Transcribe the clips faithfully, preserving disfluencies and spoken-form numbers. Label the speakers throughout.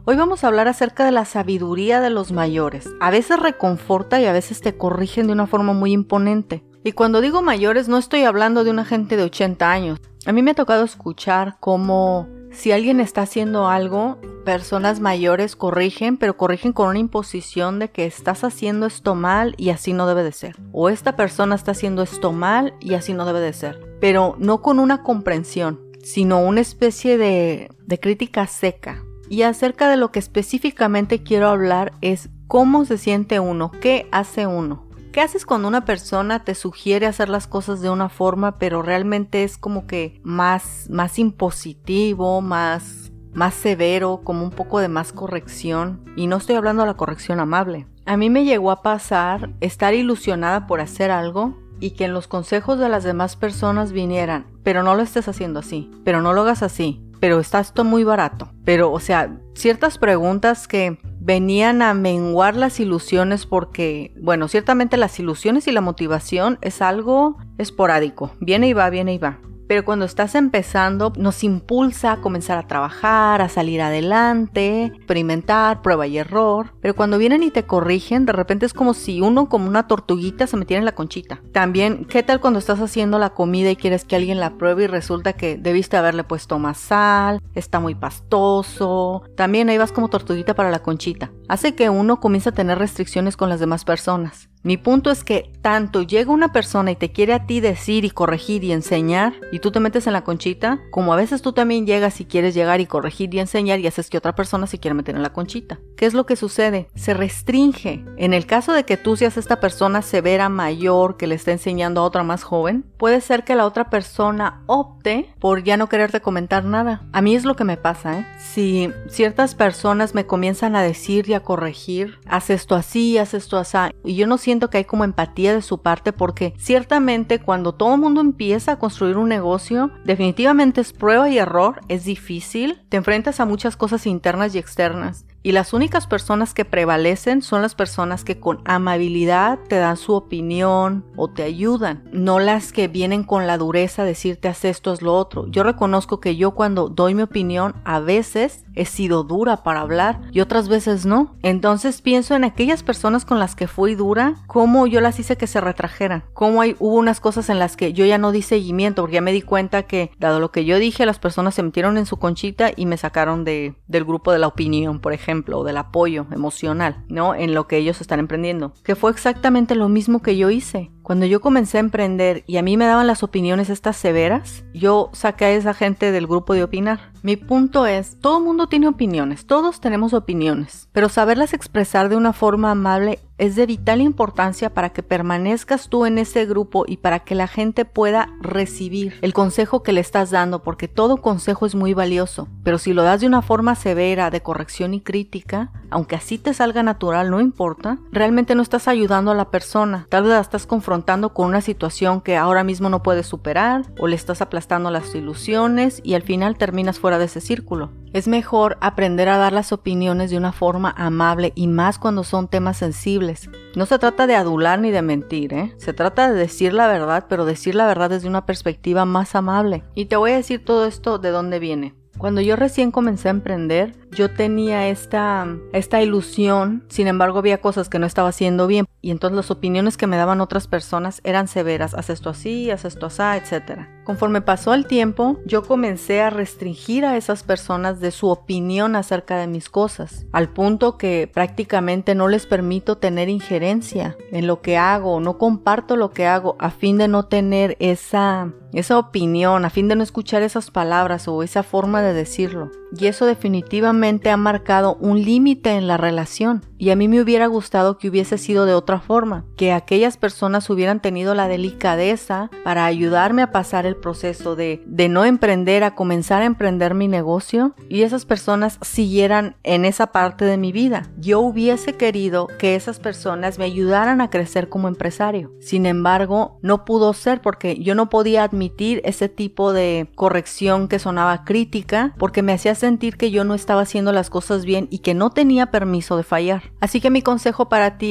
Speaker 1: Hoy vamos a hablar acerca de la sabiduría de los mayores. A veces reconforta y a veces te corrigen de una forma muy imponente. Y cuando digo mayores no estoy hablando de una gente de ochenta años. A mí me ha tocado escuchar cómo si alguien está haciendo algo, personas mayores corrigen, pero corrigen con una imposición de que estás haciendo esto mal y así no debe de ser. O esta persona está haciendo esto mal y así no debe de ser. Pero no con una comprensión, sino una especie de, de crítica seca. Y acerca de lo que específicamente quiero hablar es cómo se siente uno, qué hace uno. ¿Qué haces cuando una persona te sugiere hacer las cosas de una forma, pero realmente es como que más, más impositivo, más, más severo, como un poco de más corrección? Y no estoy hablando de la corrección amable. A mí me llegó a pasar estar ilusionada por hacer algo y que en los consejos de las demás personas vinieran, pero no lo estés haciendo así, pero no lo hagas así, pero está esto muy barato. Pero, o sea, ciertas preguntas que venían a menguar las ilusiones porque, bueno, ciertamente las ilusiones y la motivación es algo esporádico, viene y va, viene y va. Pero cuando estás empezando, nos impulsa a comenzar a trabajar, a salir adelante, experimentar, prueba y error. Pero cuando vienen y te corrigen, de repente es como si uno, como una tortuguita, se metiera en la conchita. También, ¿qué tal cuando estás haciendo la comida y quieres que alguien la pruebe y resulta que debiste haberle puesto más sal, está muy pastoso? También ahí vas como tortuguita para la conchita. Hace que uno comience a tener restricciones con las demás personas. Mi punto es que tanto llega una persona y te quiere a ti decir y corregir y enseñar y tú te metes en la conchita, como a veces tú también llegas y quieres llegar y corregir y enseñar y haces que otra persona se quiera meter en la conchita. ¿Qué es lo que sucede? Se restringe. En el caso de que tú seas esta persona severa mayor que le está enseñando a otra más joven, puede ser que la otra persona opte por ya no quererte comentar nada. A mí es lo que me pasa, ¿eh? Si ciertas personas me comienzan a decir y a corregir, haz esto así, haz esto así, y yo no siento que hay como empatía de su parte, porque ciertamente cuando todo el mundo empieza a construir un negocio, definitivamente es prueba y error, es difícil, te enfrentas a muchas cosas internas y externas. Y las únicas personas que prevalecen son las personas que con amabilidad te dan su opinión o te ayudan, no las que vienen con la dureza a decirte haz esto, haz lo otro. Yo reconozco que yo cuando doy mi opinión a veces he sido dura para hablar y otras veces no. Entonces pienso en aquellas personas con las que fui dura, cómo yo las hice que se retrajeran, cómo hay, hubo unas cosas en las que yo ya no di seguimiento porque ya me di cuenta que dado lo que yo dije, las personas se metieron en su conchita y me sacaron de, del grupo de la opinión, por ejemplo. ejemplo, o del apoyo emocional, ¿no? En lo que ellos están emprendiendo, que fue exactamente lo mismo que yo hice. Cuando yo comencé a emprender y a mí me daban las opiniones estas severas, yo saqué a esa gente del grupo de opinar. Mi punto es, todo mundo tiene opiniones, todos tenemos opiniones, pero saberlas expresar de una forma amable es de vital importancia para que permanezcas tú en ese grupo y para que la gente pueda recibir el consejo que le estás dando, porque todo consejo es muy valioso, pero si lo das de una forma severa, de corrección y crítica, aunque así te salga natural, no importa, realmente no estás ayudando a la persona, tal vez la estás confrontando con una situación que ahora mismo no puedes superar, o le estás aplastando las ilusiones y al final terminas fuera de ese círculo. Es mejor aprender a dar las opiniones de una forma amable y más cuando son temas sensibles. No se trata de adular ni de mentir, ¿eh? Se trata de decir la verdad, pero decir la verdad desde una perspectiva más amable. Y te voy a decir todo esto de dónde viene. Cuando yo recién comencé a emprender, yo tenía esta, esta ilusión, sin embargo había cosas que no estaba haciendo bien y entonces las opiniones que me daban otras personas eran severas, haz esto así, haz esto así, etcétera. Conforme pasó el tiempo, yo comencé a restringir a esas personas de su opinión acerca de mis cosas, al punto que prácticamente no les permito tener injerencia en lo que hago, no comparto lo que hago a fin de no tener esa, esa opinión, a fin de no escuchar esas palabras o esa forma de decirlo. Y eso definitivamente ha marcado un límite en la relación. Y a mí me hubiera gustado que hubiese sido de otra forma, que aquellas personas hubieran tenido la delicadeza para ayudarme a pasar el proceso de, de no emprender a comenzar a emprender mi negocio y esas personas siguieran en esa parte de mi vida. Yo hubiese querido que esas personas me ayudaran a crecer como empresario. Sin embargo, no pudo ser porque yo no podía admitir ese tipo de corrección que sonaba crítica porque me hacía sentir que yo no estaba haciendo las cosas bien y que no tenía permiso de fallar. Así que mi consejo para ti es,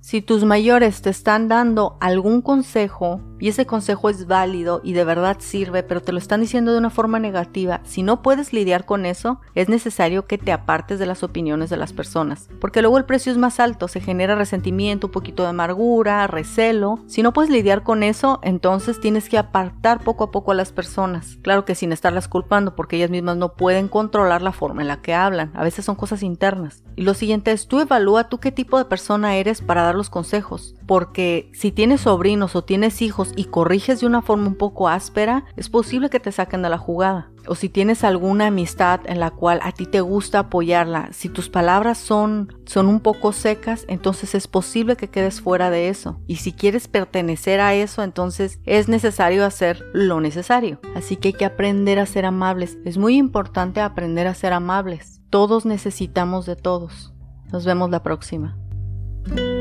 Speaker 1: Si tus mayores te están dando algún consejo y ese consejo es válido y de verdad sirve, pero te lo están diciendo de una forma negativa, si no puedes lidiar con eso, es necesario que te apartes de las opiniones de las personas, porque luego el precio es más alto, se genera resentimiento, un poquito de amargura, recelo. Si no puedes lidiar con eso, entonces tienes que apartar poco a poco a las personas. Claro que sin estarlas culpando, porque ellas mismas no pueden controlar la forma en la que hablan. A veces son cosas internas. Y lo siguiente es, tú evalúa tú qué tipo de persona eres para dar los consejos, porque si tienes sobrinos o tienes hijos y corriges de una forma un poco áspera, es posible que te saquen de la jugada. O si tienes alguna amistad en la cual a ti te gusta apoyarla, si tus palabras son, son un poco secas, entonces es posible que quedes fuera de eso. Y si quieres pertenecer a eso, entonces es necesario hacer lo necesario. Así que hay que aprender a ser amables. Es muy importante aprender a ser amables. Todos necesitamos de todos. Nos vemos la próxima.